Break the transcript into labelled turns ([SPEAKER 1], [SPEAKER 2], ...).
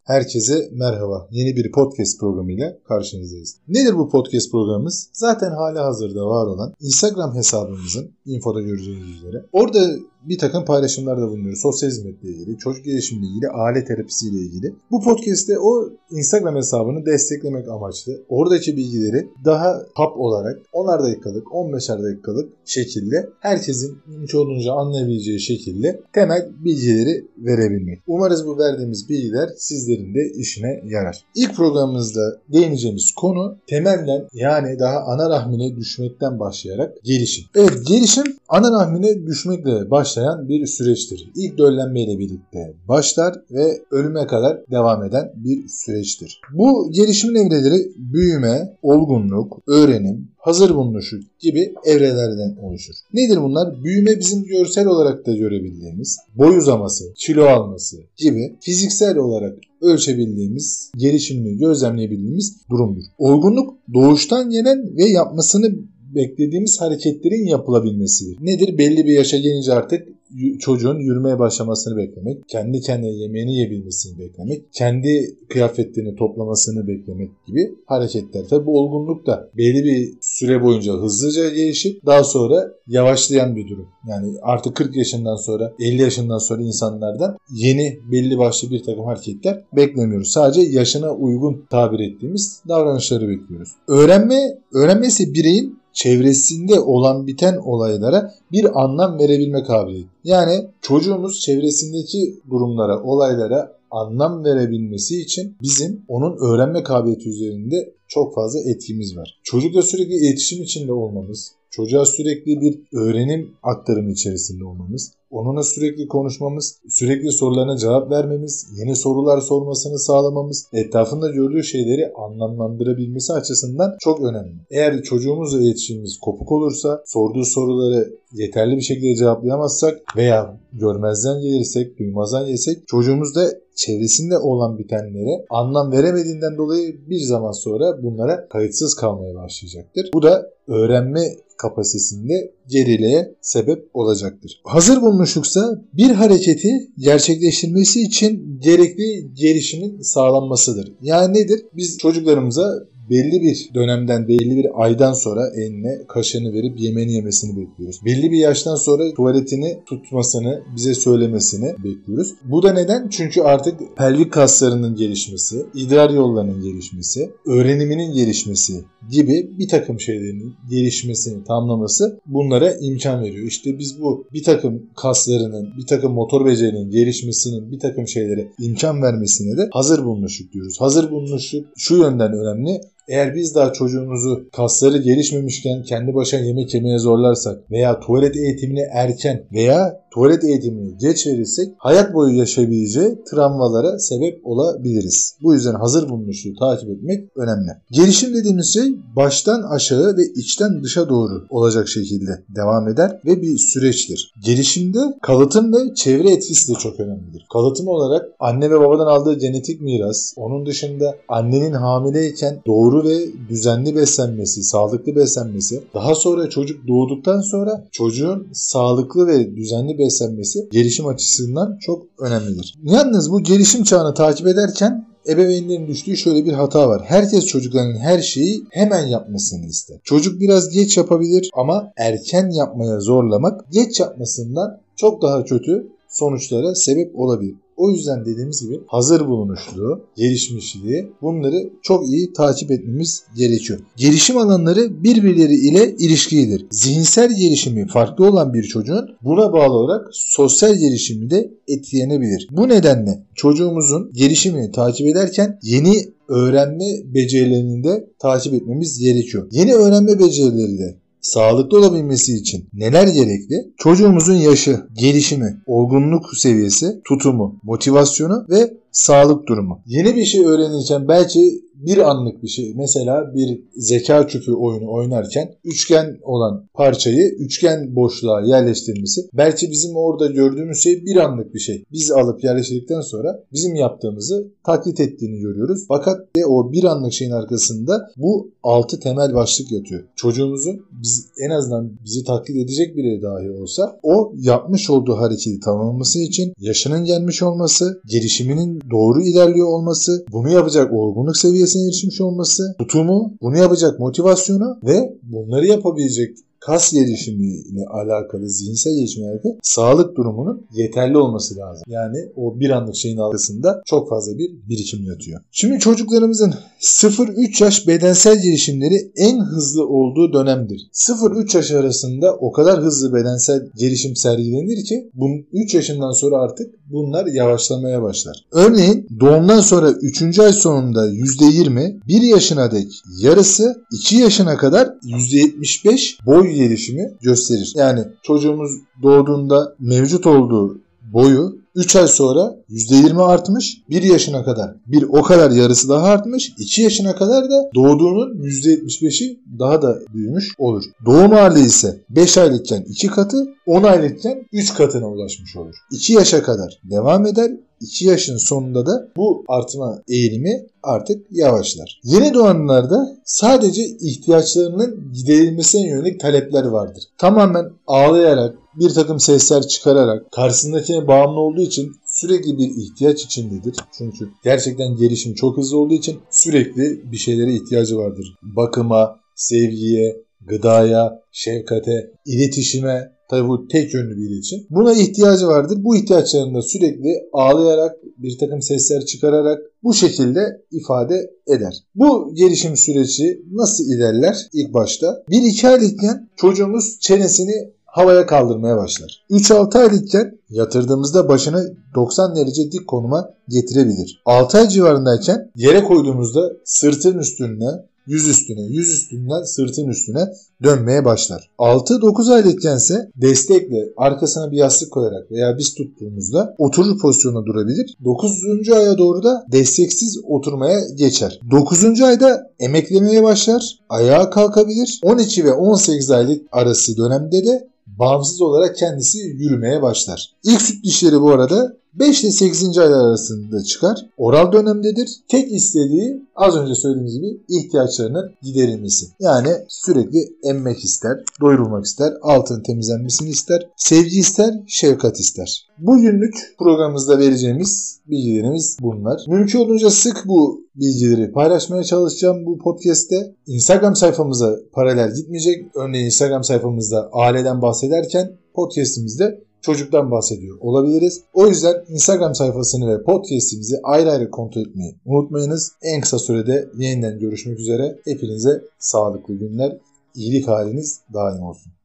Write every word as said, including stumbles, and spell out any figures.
[SPEAKER 1] Herkese merhaba. Yeni bir podcast programıyla karşınızdayız. Nedir bu podcast programımız? Zaten hali hazırda var olan Instagram hesabımızın infoda göreceğiniz üzere. Orada bir takım paylaşımlarda bulunuyoruz. Sosyal hizmetle ilgili, çocuk gelişimiyle ilgili, aile terapisiyle ilgili. Bu podcast'te o Instagram hesabını desteklemek amaçlı. Oradaki bilgileri daha hap olarak onar dakikalık, on beşer dakikalık şekilde herkesin mümkün olduğunca anlayabileceği şekilde temel bilgileri verebilmek. Umarız bu verdiğimiz bilgiler sizlerin de işine yarar. İlk programımızda değineceğimiz konu temelden, yani daha ana rahmine düşmekten başlayarak gelişim. Evet, gelişim ana rahmine düşmekle başlayan bir süreçtir. İlk döllenmeyle birlikte başlar ve ölüme kadar devam eden bir süreçtir. Bu gelişimin evreleri büyüme, olgunluk, öğrenim, hazır bulunuşluk gibi evrelerden oluşur. Nedir bunlar? Büyüme bizim görsel olarak da görebildiğimiz, boy uzaması, kilo alması gibi fiziksel olarak ölçebildiğimiz, gelişimini gözlemleyebildiğimiz durumdur. Olgunluk doğuştan gelen ve yapmasını beklediğimiz hareketlerin yapılabilmesidir. Nedir? Belli bir yaşa gelince artık çocuğun yürümeye başlamasını beklemek, kendi kendine yemeğini yiyebilmesini beklemek, kendi kıyafetlerini toplamasını beklemek gibi hareketler. Tabi bu olgunluk da belli bir süre boyunca hızlıca gelişip daha sonra yavaşlayan bir durum. Yani artık kırk yaşından sonra, elli yaşından sonra insanlardan yeni belli başlı bir takım hareketler beklemiyoruz. Sadece yaşına uygun tabir ettiğimiz davranışları bekliyoruz. Öğrenme, öğrenme ise bireyin çevresinde olan biten olaylara bir anlam verebilme kabiliyeti. Yani çocuğumuz çevresindeki durumlara, olaylara anlam verebilmesi için bizim onun öğrenme kabiliyeti üzerinde çok fazla etkimiz var. Çocukla sürekli iletişim içinde olmamız, çocuğa sürekli bir öğrenim aktarımı içerisinde olmamız, onunla sürekli konuşmamız, sürekli sorularına cevap vermemiz, yeni sorular sormasını sağlamamız, etrafında gördüğü şeyleri anlamlandırabilmesi açısından çok önemli. Eğer çocuğumuzla iletişimimiz kopuk olursa, sorduğu soruları yeterli bir şekilde cevaplayamazsak veya görmezden gelirsek, duymazdan gelirsek, çocuğumuz da çevresinde olan bitenlere anlam veremediğinden dolayı bir zaman sonra bunlara kayıtsız kalmaya başlayacaktır. Bu da öğrenme kapasitesinde geriliğe sebep olacaktır. Hazır bulunuşluksa bir hareketi gerçekleştirmesi için gerekli gelişimin sağlanmasıdır. Yani nedir? Biz çocuklarımıza belli bir dönemden, belli bir aydan sonra eline kaşığını verip yemeğini yemesini bekliyoruz. Belli bir yaştan sonra tuvaletini tutmasını, bize söylemesini bekliyoruz. Bu da neden? Çünkü artık pelvik kaslarının gelişmesi, idrar yollarının gelişmesi, öğreniminin gelişmesi gibi bir takım şeylerin gelişmesini tamamlaması bunlara imkan veriyor. İşte biz bu bir takım kaslarının, bir takım motor becerilerinin gelişmesinin bir takım şeylere imkan vermesine de hazır bulunuşluk diyoruz. Hazır bulunuşluk şu yönden önemli. Eğer biz daha çocuğumuzu kasları gelişmemişken kendi başına yemek yemeye zorlarsak veya tuvalet eğitimini erken veya tuvalet eğitimini geç verirsek hayat boyu yaşayabileceği travmalara sebep olabiliriz. Bu yüzden hazır bulunuşluğu takip etmek önemli. Gelişim dediğimiz şey baştan aşağı ve içten dışa doğru olacak şekilde devam eder ve bir süreçtir. Gelişimde kalıtım ve çevre etkisi de çok önemlidir. Kalıtım olarak anne ve babadan aldığı genetik miras, onun dışında annenin hamileyken doğru ve düzenli beslenmesi, sağlıklı beslenmesi, daha sonra çocuk doğduktan sonra çocuğun sağlıklı ve düzenli beslenmesi gelişim açısından çok önemlidir. Yalnız bu gelişim çağını takip ederken ebeveynlerin düştüğü şöyle bir hata var. Herkes çocuklarının her şeyi hemen yapmasını ister. Çocuk biraz geç yapabilir ama erken yapmaya zorlamak geç yapmasından çok daha kötü sonuçlara sebep olabilir. O yüzden dediğimiz gibi hazır bulunuşluğu, gelişmişliği bunları çok iyi takip etmemiz gerekiyor. Gelişim alanları birbirleri ile ilişkilidir. Zihinsel gelişimi farklı olan bir çocuğun buna bağlı olarak sosyal gelişimi de etkilenebilir. Bu nedenle çocuğumuzun gelişimini takip ederken yeni öğrenme becerilerini de takip etmemiz gerekiyor. Yeni öğrenme becerileri de sağlıklı olabilmesi için neler gerekli? Çocuğumuzun yaşı, gelişimi, olgunluk seviyesi, tutumu, motivasyonu ve sağlık durumu. Yeni bir şey öğrenirken belki bir anlık bir şey. Mesela bir zeka küpü oyunu oynarken üçgen olan parçayı üçgen boşluğa yerleştirmesi belki bizim orada gördüğümüz şey bir anlık bir şey. Biz alıp yerleştirdikten sonra bizim yaptığımızı taklit ettiğini görüyoruz. Fakat de o bir anlık şeyin arkasında bu altı temel başlık yatıyor. Çocuğumuzun biz, en azından bizi taklit edecek biri dahi olsa o yapmış olduğu hareketi tamamlaması için yaşının gelmiş olması, gelişiminin doğru ilerliyor olması, bunu yapacak olgunluk seviyesine erişmiş olması, tutumu, bunu yapacak motivasyonu ve bunları yapabilecek kas gelişimiyle alakalı, zihinsel gelişimle alakalı sağlık durumunun yeterli olması lazım. Yani o bir anlık şeyin arkasında çok fazla bir birikim yatıyor. Şimdi çocuklarımızın sıfır üç yaş bedensel gelişimleri en hızlı olduğu dönemdir. sıfır üç yaş arasında o kadar hızlı bedensel gelişim sergilenir ki bunun üç yaşından sonra artık bunlar yavaşlamaya başlar. Örneğin doğumdan sonra üçüncü ay sonunda yüzde yirmi, bir yaşına dek yarısı, iki yaşına kadar yüzde yetmiş beş boy gelişimi gösterir. Yani çocuğumuz doğduğunda mevcut olduğu boyu üç ay sonra yüzde yirmi artmış, bir yaşına kadar bir o kadar yarısı daha artmış, iki yaşına kadar da doğduğunun yüzde yetmiş beşi daha da büyümüş olur. Doğum ağırlığı ise beş aylıkken iki katı, on aylıkken üç katına ulaşmış olur. iki yaşa kadar devam eder. iki yaşın sonunda da bu artma eğilimi artık yavaşlar. Yeni doğanlarda sadece ihtiyaçlarının giderilmesine yönelik talepler vardır. Tamamen ağlayarak, bir takım sesler çıkararak, karşısındakine bağımlı olduğu için sürekli bir ihtiyaç içindedir. Çünkü gerçekten gelişim çok hızlı olduğu için sürekli bir şeylere ihtiyacı vardır. Bakıma, sevgiye, gıdaya, şefkate, iletişime. Tabii bu tek yönlü bir iletişim. Buna ihtiyacı vardır. Bu ihtiyaçlarını da sürekli ağlayarak, bir takım sesler çıkararak bu şekilde ifade eder. Bu gelişim süreci nasıl ilerler? İlk başta bir iki aylıkken çocuğumuz çenesini havaya kaldırmaya başlar. üç altı aylıkken yatırdığımızda başını doksan derece dik konuma getirebilir. altı ay civarındayken yere koyduğumuzda sırtın üstüne, yüz üstüne, yüz üstünden sırtın üstüne dönmeye başlar. altı dokuz aylıkkense destekle arkasına bir yastık koyarak veya biz tuttuğumuzda oturur pozisyonda durabilir. dokuzuncu aya doğru da desteksiz oturmaya geçer. dokuzuncu ayda emeklemeye başlar, ayağa kalkabilir. on iki ve on sekiz aylık arası dönemde de bağımsız olarak kendisi yürümeye başlar. İlk süt dişleri bu arada beş ile sekizinci aylar arasında çıkar. Oral dönemdedir. Tek istediği az önce söylediğimiz gibi ihtiyaçlarının giderilmesi. Yani sürekli emmek ister, doyurulmak ister, altının temizlenmesini ister, sevgi ister, şefkat ister. Bugünlük programımızda vereceğimiz bilgilerimiz bunlar. Mümkün olduğunca sık bu bilgileri paylaşmaya çalışacağım bu podcast'te. Instagram sayfamıza paralel gitmeyecek. Örneğin Instagram sayfamızda aileden bahsederken podcast'imizde çocuktan bahsediyor olabiliriz. O yüzden Instagram sayfasını ve podcast'imizi ayrı ayrı kontrol etmeyi unutmayınız. En kısa sürede yeniden görüşmek üzere. Hepinize sağlıklı günler, iyilik haliniz daim olsun.